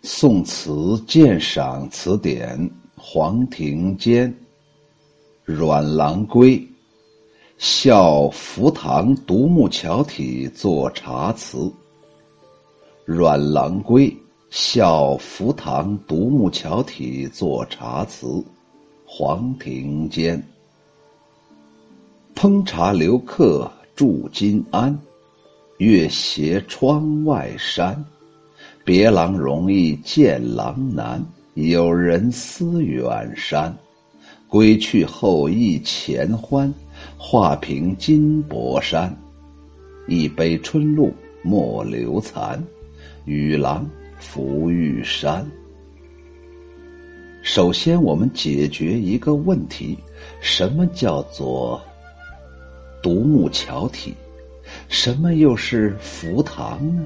宋词鉴赏词典，黄庭坚。阮郎归，效福堂独木桥体作茶词。阮郎归，效福堂独木桥体作茶词。黄庭坚。烹茶留客住金安，月斜窗外山。别郎容易见郎难，有人思远山。归去后忆前欢，画屏金帛衫。一杯春露莫留残，与郎扶玉山。首先我们解决一个问题，什么叫做独木桥体？什么又是福堂呢？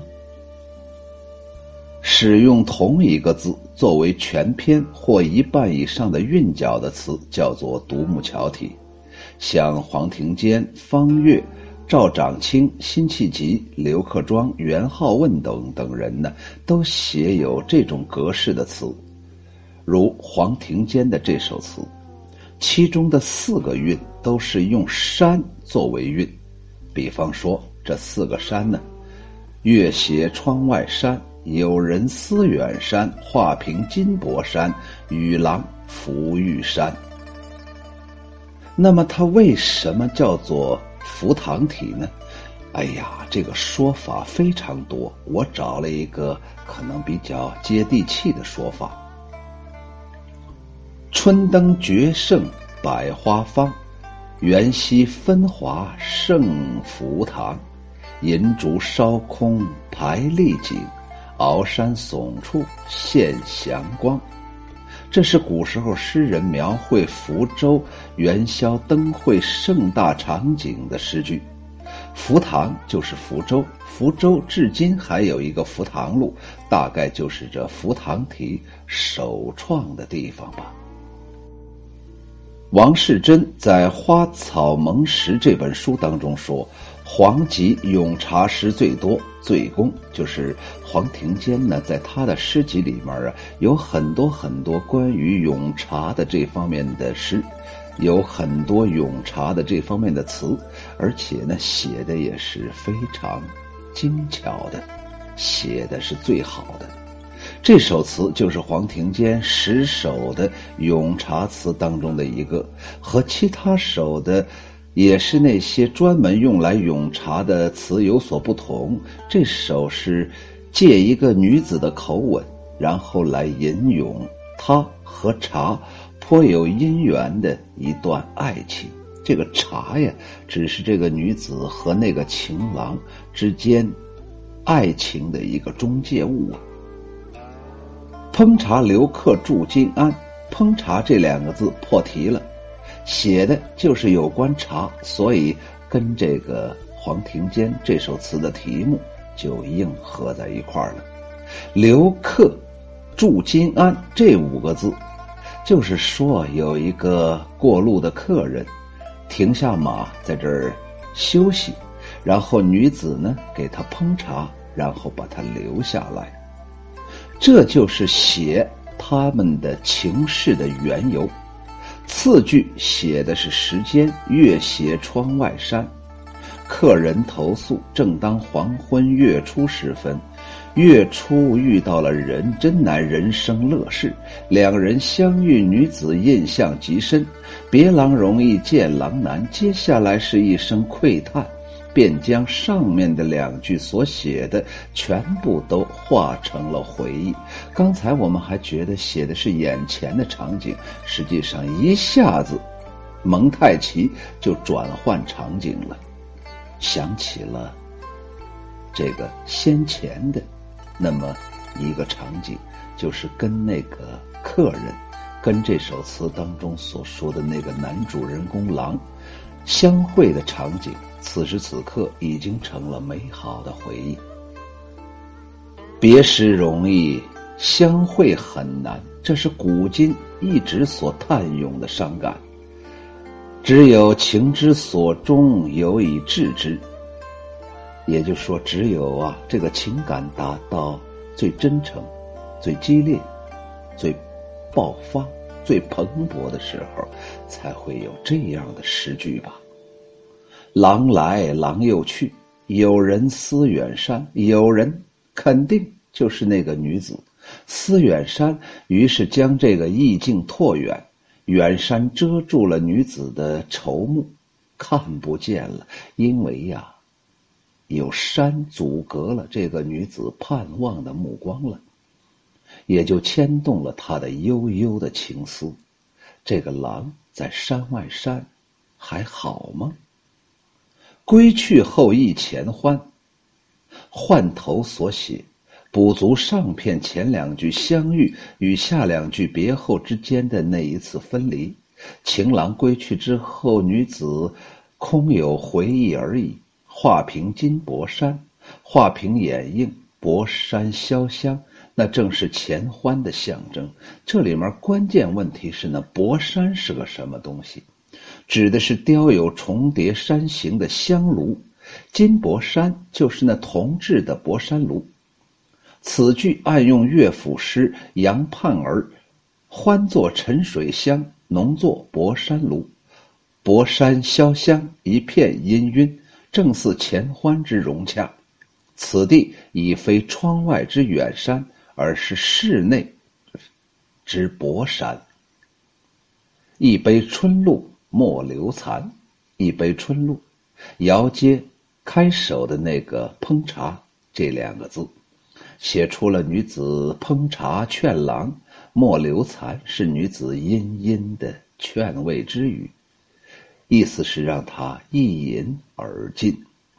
使用同一个字作为全篇或一半以上的韵脚的词叫做独木桥体。像黄庭坚、方岳、赵长卿、辛弃疾、刘克庄、元好问等人呢，都写有这种格式的词。如黄庭坚的这首词，其中的4个韵都是用山作为韵。比方说这4个山呢，月斜窗外山，有人思远山，画屏金帛衫，与郎扶玉山。那么它为什么叫做福堂体呢？哎呀，这个说法非常多，我找了一个可能比较接地气的说法。春灯绝胜百花芳，园溪分华胜福堂。银烛烧空排丽景，鳌山耸处现祥光。这是古时候诗人描绘福州元宵灯会盛大场景的诗句。福堂就是福州，福州至今还有一个福堂路，大概就是这福堂体首创的地方吧。王世贞在《花草盟识》这本书当中说，黄集咏茶诗最多，最工就是黄庭坚呢，在他的诗集里面有很多关于咏茶的这方面的诗，有很多咏茶的这方面的词，而且呢写的也是非常精巧的，写的是最好的。这首词就是黄庭坚10首的咏茶词当中的一个，和其他首的也是那些专门用来咏茶的词有所不同。这首是借一个女子的口吻，然后来吟咏她和茶颇有姻缘的一段爱情。这个茶呀，只是这个女子和那个情郎之间爱情的一个中介物啊。烹茶留客住金安，烹茶这2个字破题了，写的就是有关茶，所以跟这个黄庭坚这首词的题目就应和在一块儿了。留客住金安这5个字，就是说有一个过路的客人停下马在这儿休息，然后女子呢给他烹茶，然后把他留下来。这就是写他们的情事的缘由。次句写的是时间，月斜窗外山。客人投宿，正当黄昏月初时分。月初遇到了人，真乃人生乐事。2人相遇，女子印象极深。别郎容易见郎难，接下来是一声喟叹，便将上面的2句所写的全部都化成了回忆。刚才我们还觉得写的是眼前的场景，实际上一下子蒙太奇就转换场景了，想起了这个先前的那么一个场景，就是跟那个客人，跟这首词当中所说的那个男主人公郎相会的场景，此时此刻已经成了美好的回忆。别时容易，相会很难，这是古今一直所叹咏的伤感。只有情之所钟，有以致之。也就是说，只有这个情感达到最真诚、 最激烈、最爆发、最蓬勃的时候，才会有这样的诗句吧。郎来郎又去，有人思远山，有人肯定就是那个女子。思远山，于是将这个意境拓远，远山遮住了女子的愁目，看不见了，因为呀，有山阻隔了这个女子盼望的目光了，也就牵动了她的悠悠的情思。这个郎在山外山，还好吗？归去后忆前欢，换头所写，补足上片前两句相遇与下两句别后之间的那一次分离。情郎归去之后，女子空有回忆而已。画屏金帛山，画屏掩映，帛山潇湘，那正是前欢的象征。这里面关键问题是呢，帛山是个什么东西？指的是雕有重叠山形的香炉，金帛山就是那铜制的帛山炉。此句暗用乐府诗杨盼儿欢作沉水香，浓作帛山炉，帛山潇湘，一片氤氲，正似前欢之融洽。此地已非窗外之远山，而是室内之帛山。一杯春露莫留残，一杯春露，遥接开首的那个烹茶这两个字，写出了女子烹茶劝郎，莫留残是女子殷殷的劝慰之语，意思是让他一饮而尽。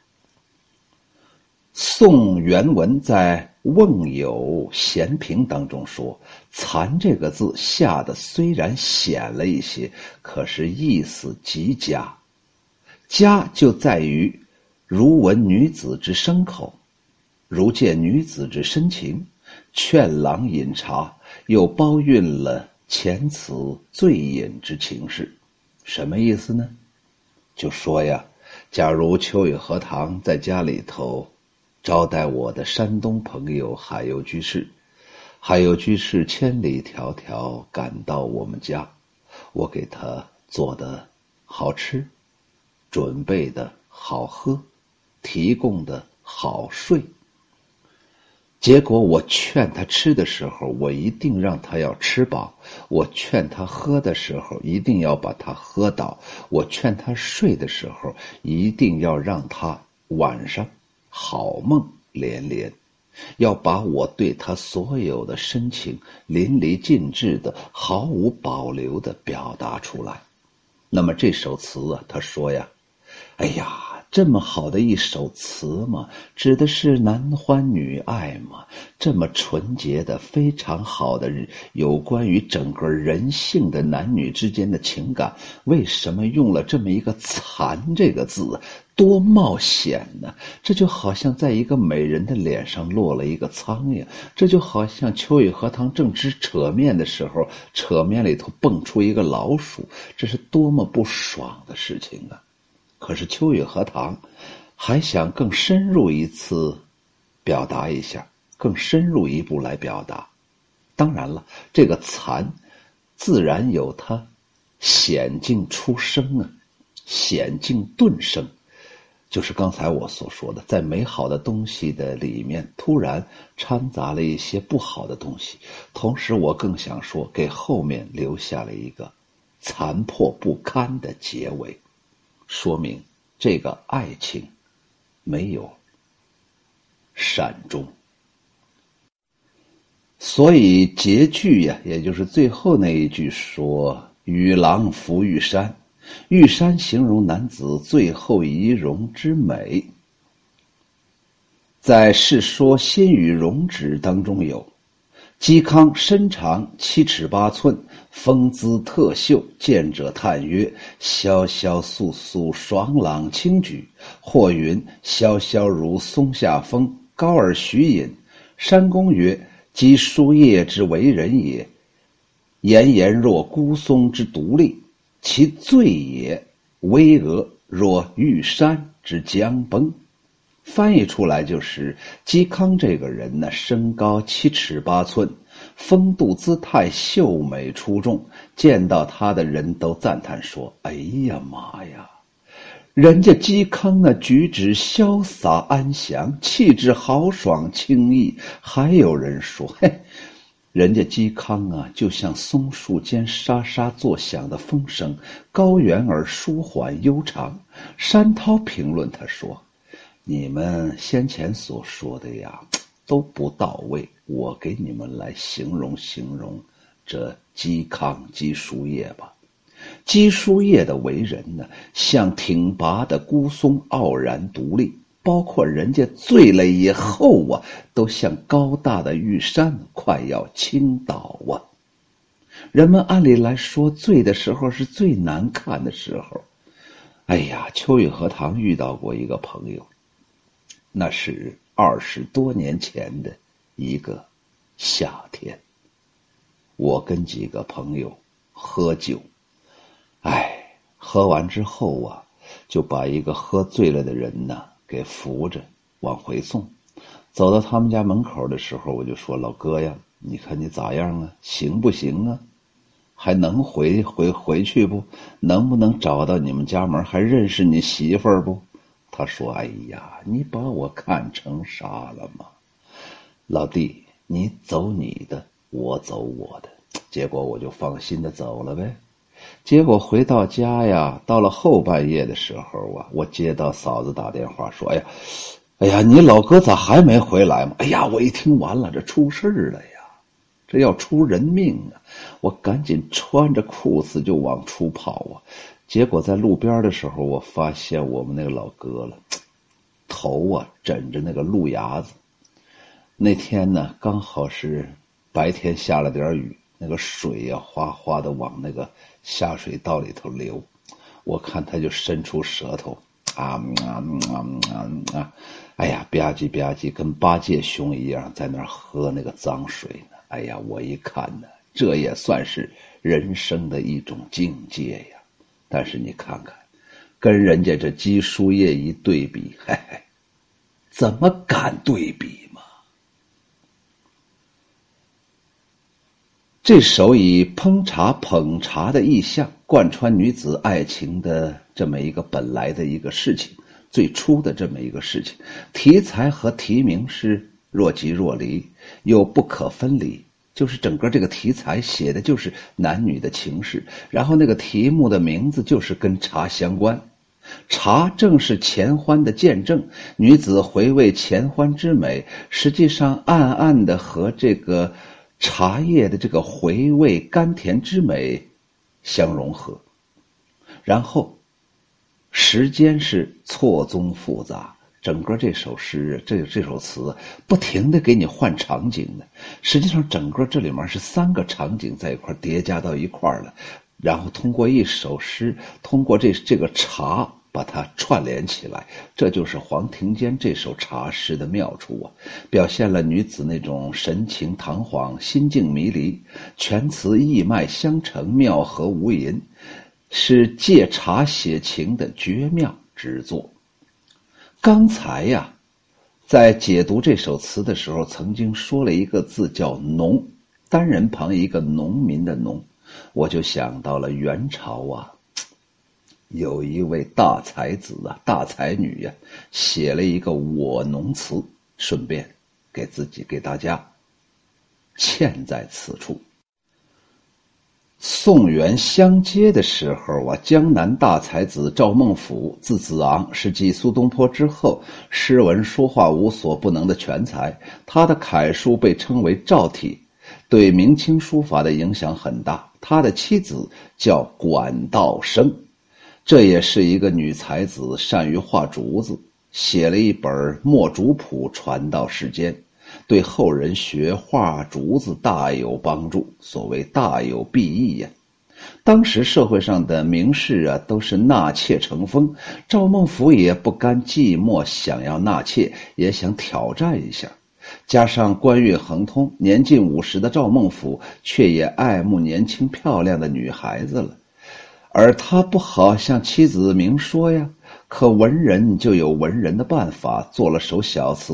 宋元文在《瓮有闲评》当中说，残这个字下的虽然显了一些，可是意思极佳。佳就在于如闻女子之声口，如见女子之深情，劝郎饮茶，又包蕴了前此醉饮之情事。什么意思呢？就说呀，假如秋雨荷塘在家里头招待我的山东朋友海游居士，海游居士千里迢迢赶到我们家，我给他做的好吃，准备的好喝，提供的好睡。结果我劝他吃的时候，我一定让他要吃饱；我劝他喝的时候，一定要把他喝倒；我劝他睡的时候，一定要让他晚上好梦连连，要把我对他所有的深情淋漓尽致的、毫无保留的表达出来。那么这首词啊，他说呀，哎呀，这么好的一首词嘛，指的是男欢女爱嘛，这么纯洁的、非常好的有关于整个人性的男女之间的情感，为什么用了这么一个残这个字？多冒险呢！这就好像在一个美人的脸上落了一个苍蝇，这就好像秋雨荷塘正值扯面的时候，扯面里头蹦出一个老鼠，这是多么不爽的事情啊！可是秋雨荷塘还想更深入一次表达一下，更深入一步来表达。当然了，这个残自然有它险境出声啊，险境顿生，就是刚才我所说的，在美好的东西的里面突然掺杂了一些不好的东西。同时我更想说，给后面留下了一个残破不堪的结尾，说明这个爱情没有善终。所以结句呀，也就是最后那一句说，与郎扶玉山，玉山形容男子最后仪容之美。在《世说新语容止》当中有，嵇康身长7尺8寸，风姿特秀，见者叹曰，潇潇肃肃，爽朗轻举。或云，潇潇如松下风，高而徐隐。山公曰，嵇书业之为人也，言言若孤松之独立，其罪也，巍峨若玉山之将崩。翻译出来就是，嵇康这个人呢，身高7尺8寸， 风度姿态秀美出众，见到他的人都赞叹说：哎呀妈呀，人家嵇康那举止潇洒安详，气质豪爽轻逸。还有人说，嘿，人家嵇康啊，就像松树间沙沙作响的风声，高远而舒缓悠长。山涛评论他说，你们先前所说的呀都不到位，我给你们来形容形容这嵇康嵇叔夜吧。嵇叔夜的为人呢，像挺拔的孤松，傲然独立，包括人家醉了以后啊，都像高大的玉山，快要倾倒啊。人们按理来说，醉的时候是最难看的时候。哎呀，秋雨荷塘遇到过一个朋友，那是20多年前的一个夏天，我跟几个朋友喝酒，喝完之后啊，就把一个喝醉了的人呢给扶着往回送。走到他们家门口的时候，我就说，老哥呀，你看你咋样啊？行不行啊？还能回去不？能不能找到你们家门？还认识你媳妇儿不？他说，哎呀，你把我看成啥了吗？老弟，你走你的，我走我的。结果我就放心的走了呗。结果回到家呀，到了后半夜的时候啊，我接到嫂子打电话说，哎呀，你老哥咋还没回来嘛？哎呀，我一听完了，这出事了呀，这要出人命啊！我赶紧穿着裤子就往出跑啊。结果在路边的时候，我发现我们那个老哥了，头啊枕着那个路牙子。那天呢，刚好是白天下了点雨，那个水啊哗哗的往那个下水道里头流。我看他就伸出舌头哎呀吧唧吧唧，跟八戒熊一样在那儿喝那个脏水呢。哎呀，我一看呢，这也算是人生的一种境界呀。但是你看看，跟人家这嵇叔夜一对比，怎么敢对比嘛？这首以烹茶捧茶的意象贯穿女子爱情的这么一个本来的一个事情，最初的这么一个事情，题材和题名是若即若离，又不可分离。就是整个这个题材写的就是男女的情事，然后那个题目的名字就是跟茶相关。茶正是前欢的见证，女子回味前欢之美，实际上暗暗的和这个茶叶的这个回味甘甜之美相融合。然后时间是错综复杂，整个这首诗这首词不停的给你换场景的。实际上整个这里面是3个场景在一块叠加到一块了，然后通过一首诗，通过这个茶把它串联起来。这就是黄庭坚这首茶诗的妙处啊，表现了女子那种神情堂皇，心境迷离，全词意脉相承，妙合无垠，是借茶写情的绝妙之作。刚才呀，在解读这首词的时候，曾经说了一个字叫农，单人旁一个农民的农，我就想到了元朝啊，有一位大才子啊，大才女呀，写了一个我农词，顺便给大家嵌在此处。宋元相接的时候啊，江南大才子赵孟頫，字子昂，是继苏东坡之后诗文书画无所不能的全才。他的楷书被称为赵体，对明清书法的影响很大。他的妻子叫管道生，这也是一个女才子，善于画竹子，写了一本《墨竹谱》传到世间，对后人学画竹子大有帮助，所谓大有裨益呀。当时社会上的名士啊，都是纳妾成风，赵孟頫也不甘寂寞，想要纳妾，也想挑战一下。加上官运亨通，年近50的赵孟頫却也爱慕年轻漂亮的女孩子了。而他不好向妻子明说呀，可文人就有文人的办法，做了首小词，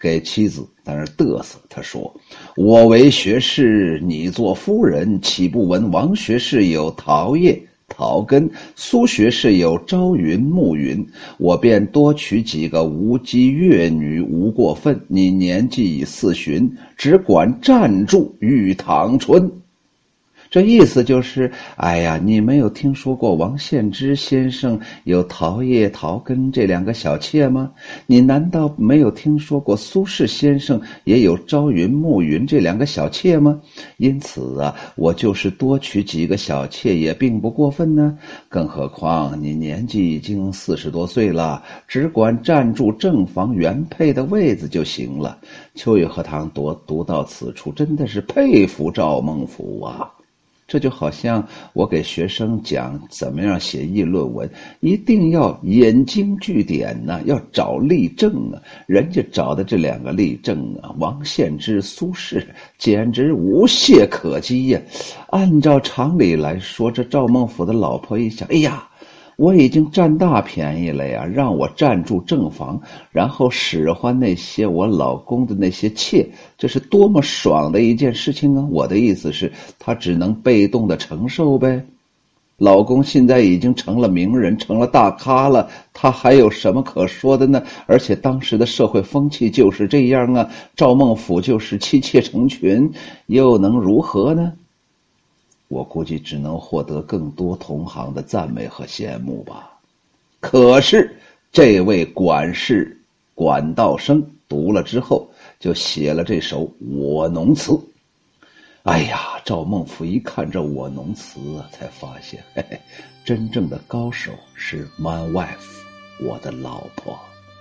给妻子在那嘚瑟。他说：“我为学士，你做夫人，岂不闻王学士有桃叶、桃根，苏学士有朝云、暮云，我便多娶几个无姬越女，无过分。你年纪已40，只管暂住玉堂春。”这意思就是，哎呀，你没有听说过王献之先生有桃叶、桃根这2个小妾吗？你难道没有听说过苏轼先生也有朝云、暮云这2个小妾吗？因此啊，我就是多娶几个小妾也并不过分呢。更何况你年纪已经40多岁了，只管站住正房原配的位子就行了。秋雨荷塘读到此处，真的是佩服赵孟頫啊！这就好像我给学生讲怎么样写议论文，一定要引经据典呢，要找例证啊。人家找的这2个例证啊，王献之、苏轼，简直无懈可击呀。按照常理来说，这赵孟頫的老婆一想，哎呀，我已经占大便宜了呀，让我站住正房，然后使唤那些我老公的那些妾，这是多么爽的一件事情啊！我的意思是，她只能被动的承受呗。老公现在已经成了名人，成了大咖了，他还有什么可说的呢？而且当时的社会风气就是这样啊，赵孟頫就是妻妾成群，又能如何呢？我估计只能获得更多同行的赞美和羡慕吧。可是这位管事管道生读了之后，就写了这首《我农词》。哎呀，赵孟頫一看这《我农词》啊，才发现，嘿嘿，真正的高手是 my wife， 我的老婆。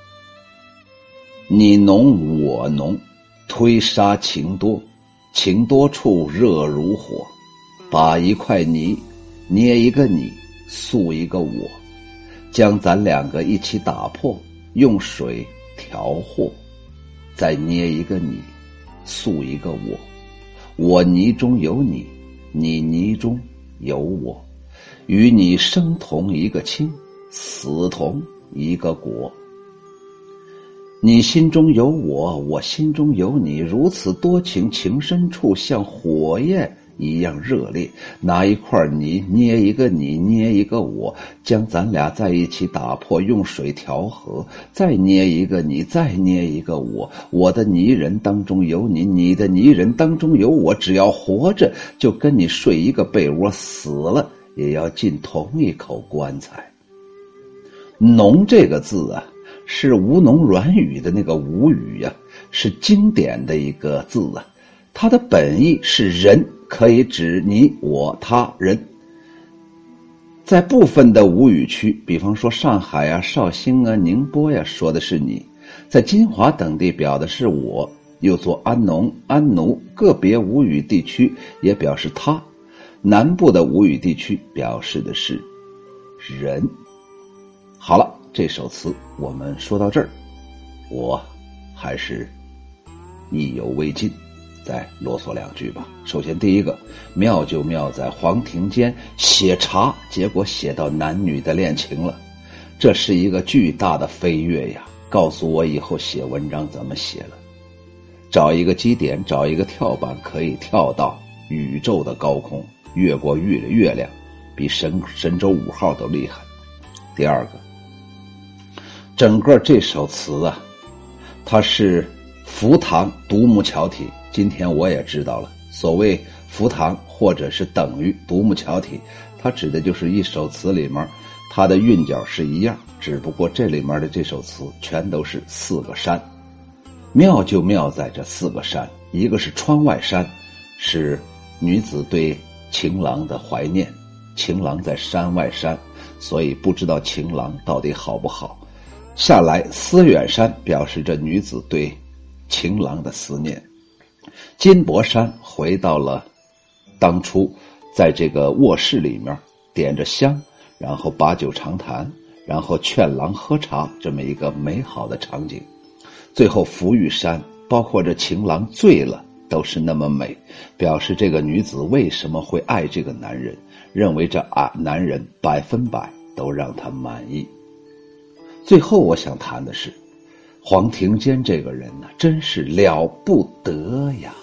你农我农，推沙情多，情多处热如火。把一块泥捏一个你，塑一个我，将咱2个一起打破，用水调和，再捏一个你，塑一个我。我泥中有你，你泥中有我，与你生同一个亲，死同一个果。你心中有我，我心中有你，如此多情，情深处像火焰一样热烈。拿一块泥捏一个你，捏一个我，将咱俩在一起打破，用水调和，再捏一个你，再捏一个我。我的泥人当中有你，你的泥人当中有我，只要活着就跟你睡一个被窝，死了也要进同一口棺材。农这个字啊，是吴侬软语的那个吴语啊，是经典的一个字啊。它的本意是人，可以指你我他人。在部分的吴语区，比方说上海啊、绍兴啊、宁波呀，说的是你；在金华等地表的是我，又作安农、安奴。个别吴语地区也表示他。南部的吴语地区表示的是人。好了，这首词我们说到这儿，我还是意犹未尽，再啰嗦2句吧。首先第一个，妙就妙在黄庭坚写茶，结果写到男女的恋情了，这是一个巨大的飞跃呀，告诉我以后写文章怎么写了。找一个基点，找一个跳板，可以跳到宇宙的高空，越过月亮，比神舟5号都厉害。第二个，整个这首词啊，它是浮唐独木桥体。今天我也知道了，所谓浮唐或者是等于独木桥体，它指的就是一首词里面它的韵脚是一样，只不过这里面的这首词全都是4个山。妙就妙在这4个山，一个是窗外山，是女子对情郎的怀念，情郎在山外山，所以不知道情郎到底好不好。下来思远山表示着女子对情郎的思念。金帛山回到了当初在这个卧室里面点着香，然后把酒长谈，然后劝郎喝茶，这么一个美好的场景。最后福玉山包括着情郎醉了都是那么美，表示这个女子为什么会爱这个男人，认为这男人100%都让她满意。最后我想谈的是， 黄庭坚这个人呢，真是了不得呀！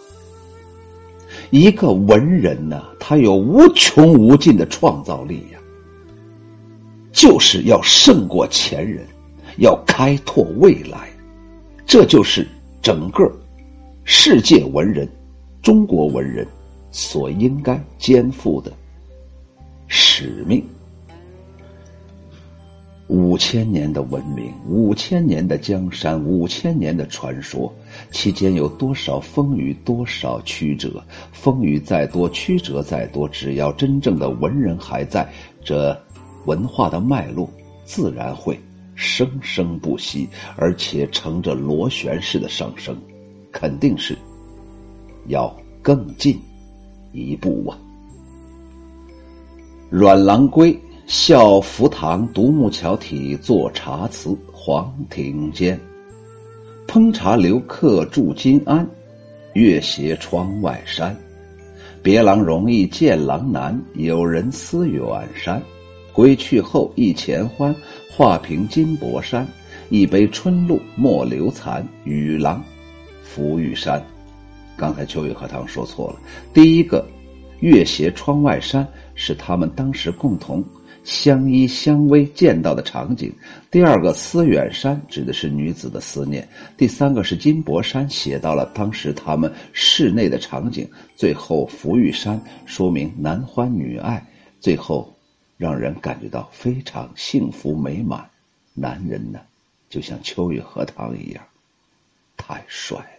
一个文人呢，他有无穷无尽的创造力呀，就是要胜过前人，要开拓未来，这就是整个世界文人、中国文人所应该肩负的使命。5000年的文明，5000年的江山，5000年的传说，其间有多少风雨，多少曲折，风雨再多，曲折再多，只要真正的文人还在，这文化的脉络自然会生生不息，而且乘着螺旋式的上升，肯定是要更进一步啊。阮郎归笑福堂独木桥体作茶词，黄庭坚。烹茶留客住金安，月斜窗外山。别郎容易见郎难，有人思远山。归去后忆前欢，画屏金帛衫。一杯春露莫留残，与郎浮玉山。刚才秋雨荷塘说错了，第一个月斜窗外山是他们当时共同相依相偎见到的场景，第二个思远山指的是女子的思念，第三个是金帛山写到了当时他们室内的场景，最后浮玉山说明男欢女爱，最后让人感觉到非常幸福美满。男人呢，就像秋雨荷塘一样，太帅了。